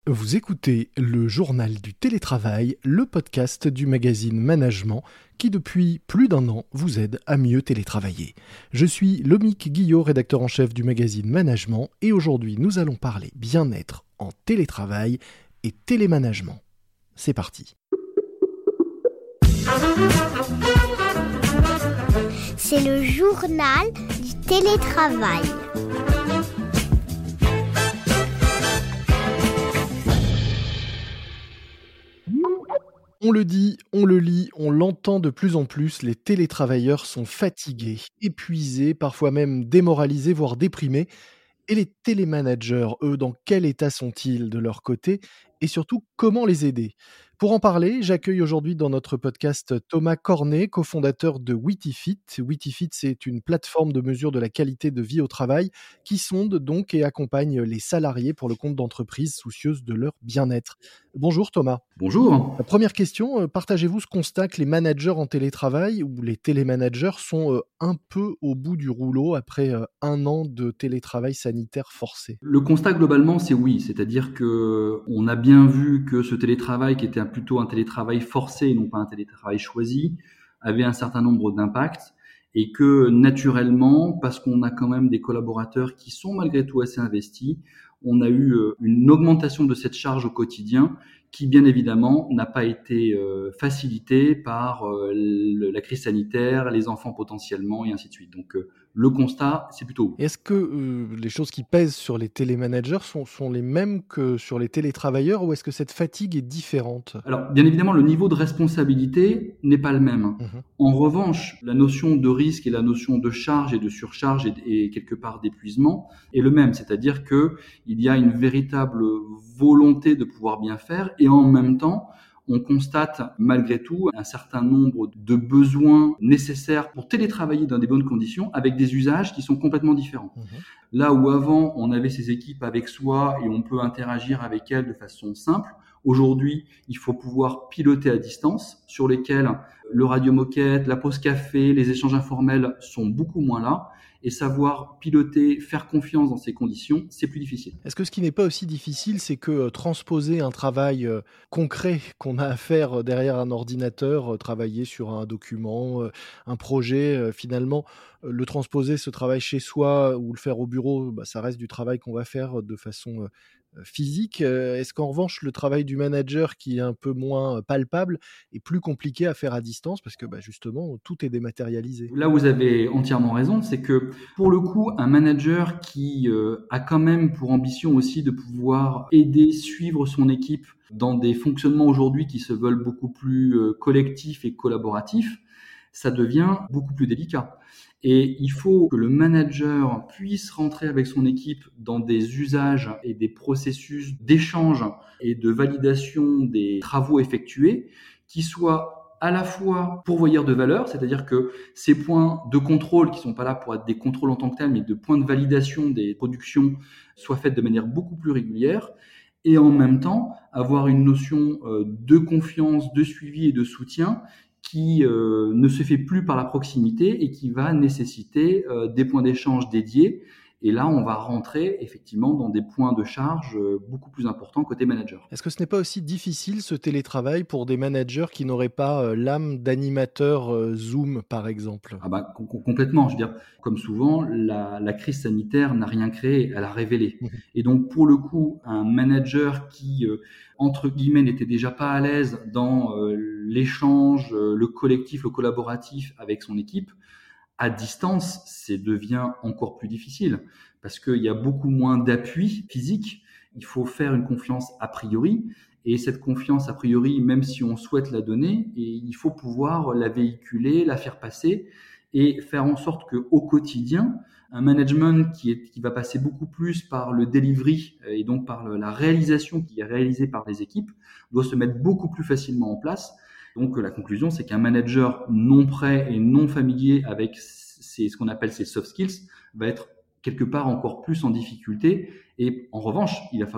Vous écoutez le journal du télétravail, le podcast du magazine Management qui depuis plus d'1 an vous aide à mieux télétravailler. Je suis Lomique Guillot, rédacteur en chef du magazine Management et aujourd'hui nous allons parler bien-être en télétravail et télémanagement. C'est parti. C'est le journal du télétravail. On le dit, on le lit, on l'entend de plus en plus, les télétravailleurs sont fatigués, épuisés, parfois même démoralisés, voire déprimés. Et les télémanagers, eux, dans quel état sont-ils de leur côté? Et surtout, comment les aider? Pour en parler, j'accueille aujourd'hui dans notre podcast Thomas Cornet, cofondateur de Witifit. Witifit, c'est une plateforme de mesure de la qualité de vie au travail qui sonde donc et accompagne les salariés pour le compte d'entreprises soucieuses de leur bien-être. Bonjour Thomas. Bonjour. La première question, partagez-vous ce constat que les managers en télétravail ou les télémanagers sont un peu au bout du rouleau après 1 an de télétravail sanitaire forcé? Le constat globalement, c'est oui. C'est-à-dire qu'on a bien vu que ce télétravail, qui était plutôt un télétravail forcé et non pas un télétravail choisi, avait un certain nombre d'impacts et que naturellement, parce qu'on a quand même des collaborateurs qui sont malgré tout assez investis, on a eu une augmentation de cette charge au quotidien qui, bien évidemment, n'a pas été facilitée par la crise sanitaire, les enfants potentiellement, et ainsi de suite. Donc, le constat, c'est plutôt... Est-ce que les choses qui pèsent sur les télémanagers sont les mêmes que sur les télétravailleurs ou est-ce que cette fatigue est différente? Alors, bien évidemment, le niveau de responsabilité n'est pas le même. Mmh. En revanche, la notion de risque et la notion de charge et de surcharge et quelque part d'épuisement est le même. C'est-à-dire qu'il y a une véritable volonté de pouvoir bien faire et en même temps, on constate malgré tout un certain nombre de besoins nécessaires pour télétravailler dans des bonnes conditions avec des usages qui sont complètement différents. Mmh. Là où avant, on avait ces équipes avec soi et on peut interagir avec elles de façon simple, aujourd'hui, il faut pouvoir piloter à distance sur lesquels le radio-moquette, la pause café, les échanges informels sont beaucoup moins là. Et savoir piloter, faire confiance dans ces conditions, c'est plus difficile. Est-ce que ce qui n'est pas aussi difficile, c'est que transposer un travail concret qu'on a à faire derrière un ordinateur, travailler sur un document, un projet, finalement, le transposer, ce travail chez soi ou le faire au bureau, ça reste du travail qu'on va faire de façon physique. Est-ce qu'en revanche, le travail du manager qui est un peu moins palpable est plus compliqué à faire à distance parce que justement, tout est dématérialisé? Là où vous avez entièrement raison, c'est que pour le coup, un manager qui a quand même pour ambition aussi de pouvoir aider, suivre son équipe dans des fonctionnements aujourd'hui qui se veulent beaucoup plus collectifs et collaboratifs, ça devient beaucoup plus délicat. Et il faut que le manager puisse rentrer avec son équipe dans des usages et des processus d'échange et de validation des travaux effectués qui soient à la fois pourvoyeurs de valeur, c'est-à-dire que ces points de contrôle qui sont pas là pour être des contrôles en tant que tels, mais de points de validation des productions soient faits de manière beaucoup plus régulière, et en même temps avoir une notion de confiance, de suivi et de soutien qui ne se fait plus par la proximité et qui va nécessiter des points d'échange dédiés. Et là, on va rentrer effectivement dans des points de charge beaucoup plus importants côté manager. Est-ce que ce n'est pas aussi difficile ce télétravail pour des managers qui n'auraient pas l'âme d'animateur Zoom, par exemple? Ah bah, complètement. Je veux dire, comme souvent, la crise sanitaire n'a rien créé, elle a révélé. Mhm. Et donc, pour le coup, un manager qui, entre guillemets, n'était déjà pas à l'aise dans l'échange, le collectif, le collaboratif avec son équipe, à distance, c'est devient encore plus difficile parce qu'il y a beaucoup moins d'appui physique. Il faut faire une confiance a priori. Et cette confiance a priori, même si on souhaite la donner, et il faut pouvoir la véhiculer, la faire passer et faire en sorte qu'au quotidien, un management qui va passer beaucoup plus par le delivery et donc par la réalisation qui est réalisée par les équipes doit se mettre beaucoup plus facilement en place. Donc la conclusion, c'est qu'un manager non prêt et non familier avec ce qu'on appelle ses soft skills va être quelque part encore plus en difficulté. Et en revanche, il va falloir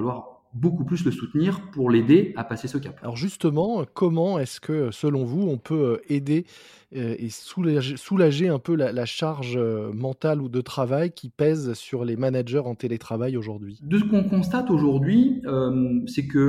beaucoup plus le soutenir pour l'aider à passer ce cap. Alors justement, comment est-ce que, selon vous, on peut, aider, et soulager un peu la charge, mentale ou de travail qui pèse sur les managers en télétravail aujourd'hui? De ce qu'on constate aujourd'hui, c'est que,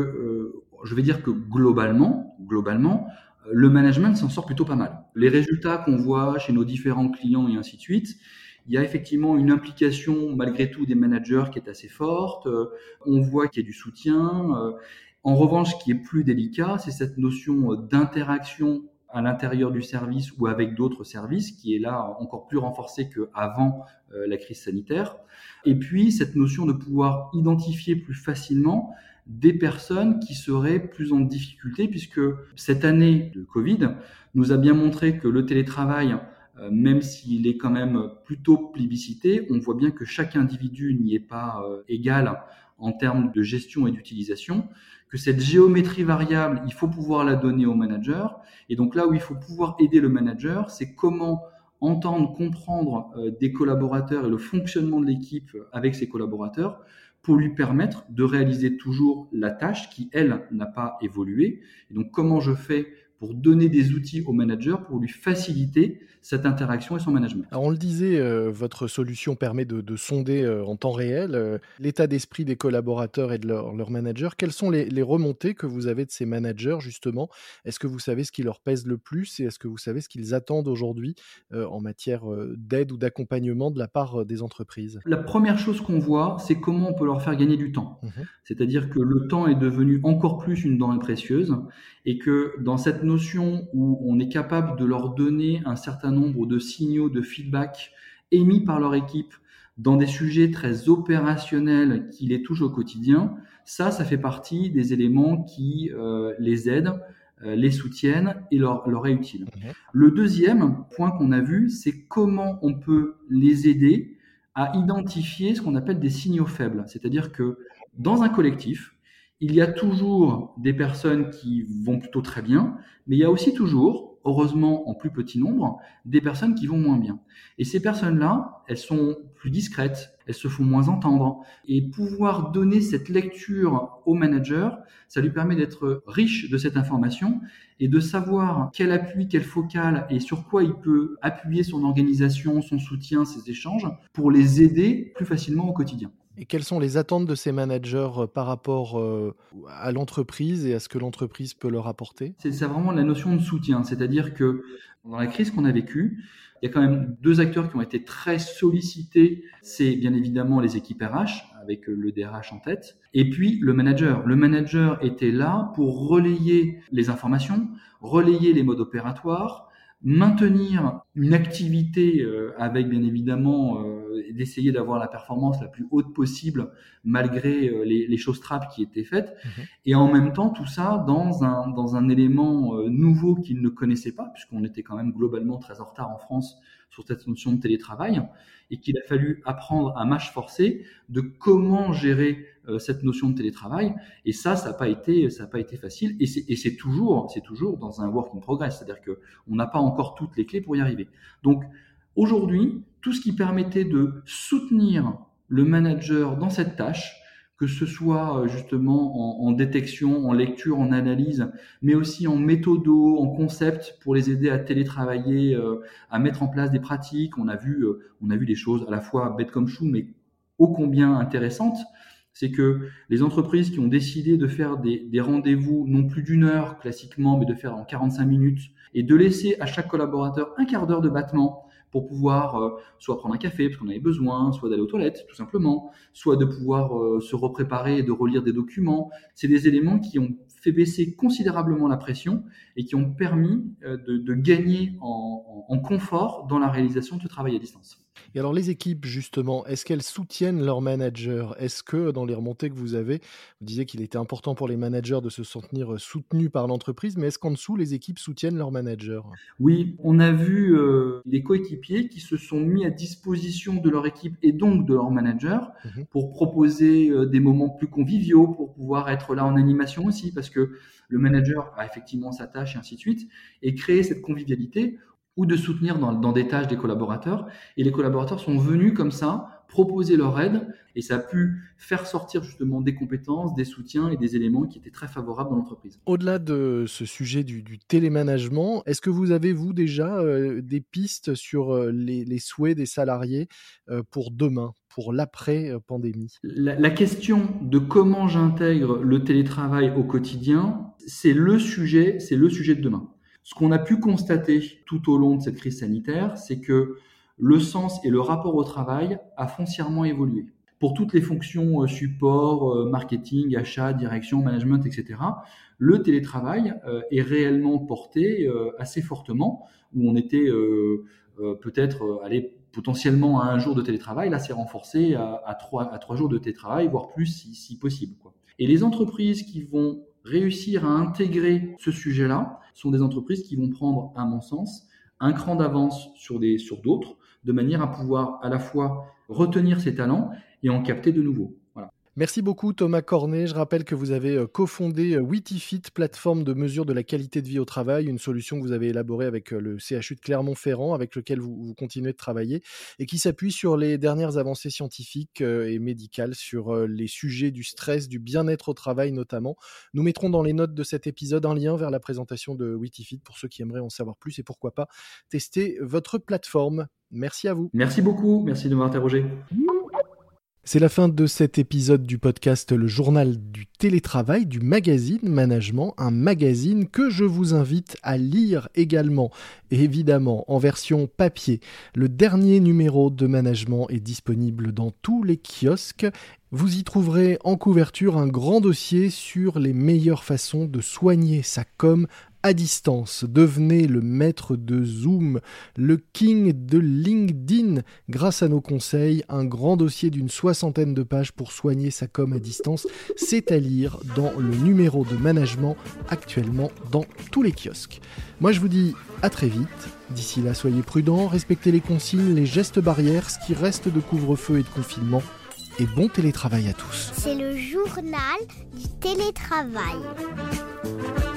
je vais dire que globalement, le management s'en sort plutôt pas mal. Les résultats qu'on voit chez nos différents clients et ainsi de suite, il y a effectivement une implication malgré tout des managers qui est assez forte, on voit qu'il y a du soutien. En revanche, ce qui est plus délicat, c'est cette notion, d'interaction à l'intérieur du service ou avec d'autres services qui est là encore plus renforcée qu'avant, la crise sanitaire. Et puis cette notion de pouvoir identifier plus facilement des personnes qui seraient plus en difficulté, puisque cette année de Covid nous a bien montré que le télétravail, même s'il est quand même plutôt plébiscité, on voit bien que chaque individu n'y est pas égal en termes de gestion et d'utilisation, que cette géométrie variable, il faut pouvoir la donner au manager. Et donc là où il faut pouvoir aider le manager, c'est comment entendre, comprendre des collaborateurs et le fonctionnement de l'équipe avec ses collaborateurs pour lui permettre de réaliser toujours la tâche qui, elle, n'a pas évolué. Et donc, comment je fais pour donner des outils au manager pour lui faciliter cette interaction et son management. Alors on le disait, votre solution permet de sonder, en temps réel, l'état d'esprit des collaborateurs et de leurs managers. Quelles sont les remontées que vous avez de ces managers justement? Est-ce que vous savez ce qui leur pèse le plus et est-ce que vous savez ce qu'ils attendent aujourd'hui, en matière, d'aide ou d'accompagnement de la part, des entreprises? La première chose qu'on voit, c'est comment on peut leur faire gagner du temps. Mmh. C'est-à-dire que le temps est devenu encore plus une denrée précieuse et que dans cette notion où on est capable de leur donner un certain nombre de signaux de feedback émis par leur équipe dans des sujets très opérationnels qui les touchent au quotidien, ça fait partie des éléments qui les aident, les soutiennent et leur est utile. Mmh. Le deuxième point qu'on a vu, c'est comment on peut les aider à identifier ce qu'on appelle des signaux faibles. C'est-à-dire que dans un collectif, il y a toujours des personnes qui vont plutôt très bien, mais il y a aussi toujours, heureusement en plus petit nombre, des personnes qui vont moins bien. Et ces personnes-là, elles sont plus discrètes, elles se font moins entendre. Et pouvoir donner cette lecture au manager, ça lui permet d'être riche de cette information et de savoir quel appui, quel focal et sur quoi il peut appuyer son organisation, son soutien, ses échanges pour les aider plus facilement au quotidien. Et quelles sont les attentes de ces managers, par rapport, à l'entreprise et à ce que l'entreprise peut leur apporter? C'est vraiment la notion de soutien, c'est-à-dire que dans la crise qu'on a vécue, il y a quand même 2 acteurs qui ont été très sollicités. C'est bien évidemment les équipes RH, avec le DRH en tête, et puis le manager. Le manager était là pour relayer les informations, relayer les modes opératoires, maintenir une activité avec bien évidemment d'essayer d'avoir la performance la plus haute possible malgré les choses trappes qui étaient faites, Mmh. et en même temps tout ça dans un élément nouveau qu'ils ne connaissaient pas, puisqu'on était quand même globalement très en retard en France sur cette notion de télétravail, et qu'il a fallu apprendre à marche forcée de comment gérer cette notion de télétravail. Et ça n'a pas été facile. Et c'est toujours dans un work in progress. C'est-à-dire que on n'a pas encore toutes les clés pour y arriver. Donc, aujourd'hui, tout ce qui permettait de soutenir le manager dans cette tâche, que ce soit justement en détection, en lecture, en analyse, mais aussi en méthodo, en concept pour les aider à télétravailler, à mettre en place des pratiques. On a vu des choses à la fois bêtes comme choux, mais ô combien intéressantes. C'est que les entreprises qui ont décidé de faire des rendez-vous non plus d'1 heure classiquement, mais de faire en 45 minutes, et de laisser à chaque collaborateur un quart d'heure de battement pour pouvoir soit prendre un café parce qu'on avait besoin, soit d'aller aux toilettes tout simplement, soit de pouvoir se repréparer et de relire des documents. C'est des éléments qui ont fait baisser considérablement la pression et qui ont permis de gagner en confort dans la réalisation de ce travail à distance. Et alors les équipes justement, est-ce qu'elles soutiennent leurs managers? Est-ce que dans les remontées que vous avez, vous disiez qu'il était important pour les managers de se sentir, soutenus par l'entreprise, mais est-ce qu'en dessous les équipes soutiennent leurs managers? Oui, on a vu des coéquipiers qui se sont mis à disposition de leur équipe et donc de leur manager Mmh. pour proposer des moments plus conviviaux, pour pouvoir être là en animation aussi, parce que le manager a effectivement sa tâche et ainsi de suite, et créer cette convivialité ou de soutenir dans des tâches des collaborateurs. Et les collaborateurs sont venus comme ça proposer leur aide et ça a pu faire sortir justement des compétences, des soutiens et des éléments qui étaient très favorables dans l'entreprise. Au-delà de ce sujet du télémanagement, est-ce que vous avez, vous, déjà des pistes sur les souhaits des salariés pour demain, pour l'après-pandémie ? La question de comment j'intègre le télétravail au quotidien, c'est le sujet de demain. Ce qu'on a pu constater tout au long de cette crise sanitaire, c'est que le sens et le rapport au travail a foncièrement évolué. Pour toutes les fonctions support, marketing, achat, direction, management, etc., le télétravail est réellement porté assez fortement, où on était peut-être potentiellement à 1 jour de télétravail, là c'est renforcé à 3 jours de télétravail, voire plus si possible, quoi. Et les entreprises qui vont réussir à intégrer ce sujet-là sont des entreprises qui vont prendre, à mon sens, un cran d'avance sur d'autres, de manière à pouvoir à la fois retenir ces talents et en capter de nouveaux. Voilà. Merci beaucoup Thomas Cornet. Je rappelle que vous avez cofondé WITIFIT, plateforme de mesure de la qualité de vie au travail, une solution que vous avez élaborée avec le CHU de Clermont-Ferrand, avec lequel vous continuez de travailler, et qui s'appuie sur les dernières avancées scientifiques et médicales sur les sujets du stress, du bien-être au travail notamment. Nous mettrons dans les notes de cet épisode un lien vers la présentation de WITIFIT pour ceux qui aimeraient en savoir plus et pourquoi pas tester votre plateforme. Merci à vous. Merci beaucoup, merci de m'avoir interrogé. C'est la fin de cet épisode du podcast Le Journal du Télétravail du magazine Management, un magazine que je vous invite à lire également, et évidemment en version papier. Le dernier numéro de Management est disponible dans tous les kiosques. Vous y trouverez en couverture un grand dossier sur les meilleures façons de soigner sa com à distance. Devenez le maître de Zoom, le king de LinkedIn. Grâce à nos conseils, un grand dossier d'une 60aine de pages pour soigner sa com à distance, c'est à lire dans le numéro de Management actuellement dans tous les kiosques. Moi je vous dis à très vite. D'ici là, soyez prudents, respectez les consignes, les gestes barrières, ce qui reste de couvre-feu et de confinement. Et bon télétravail à tous. C'est le journal du télétravail.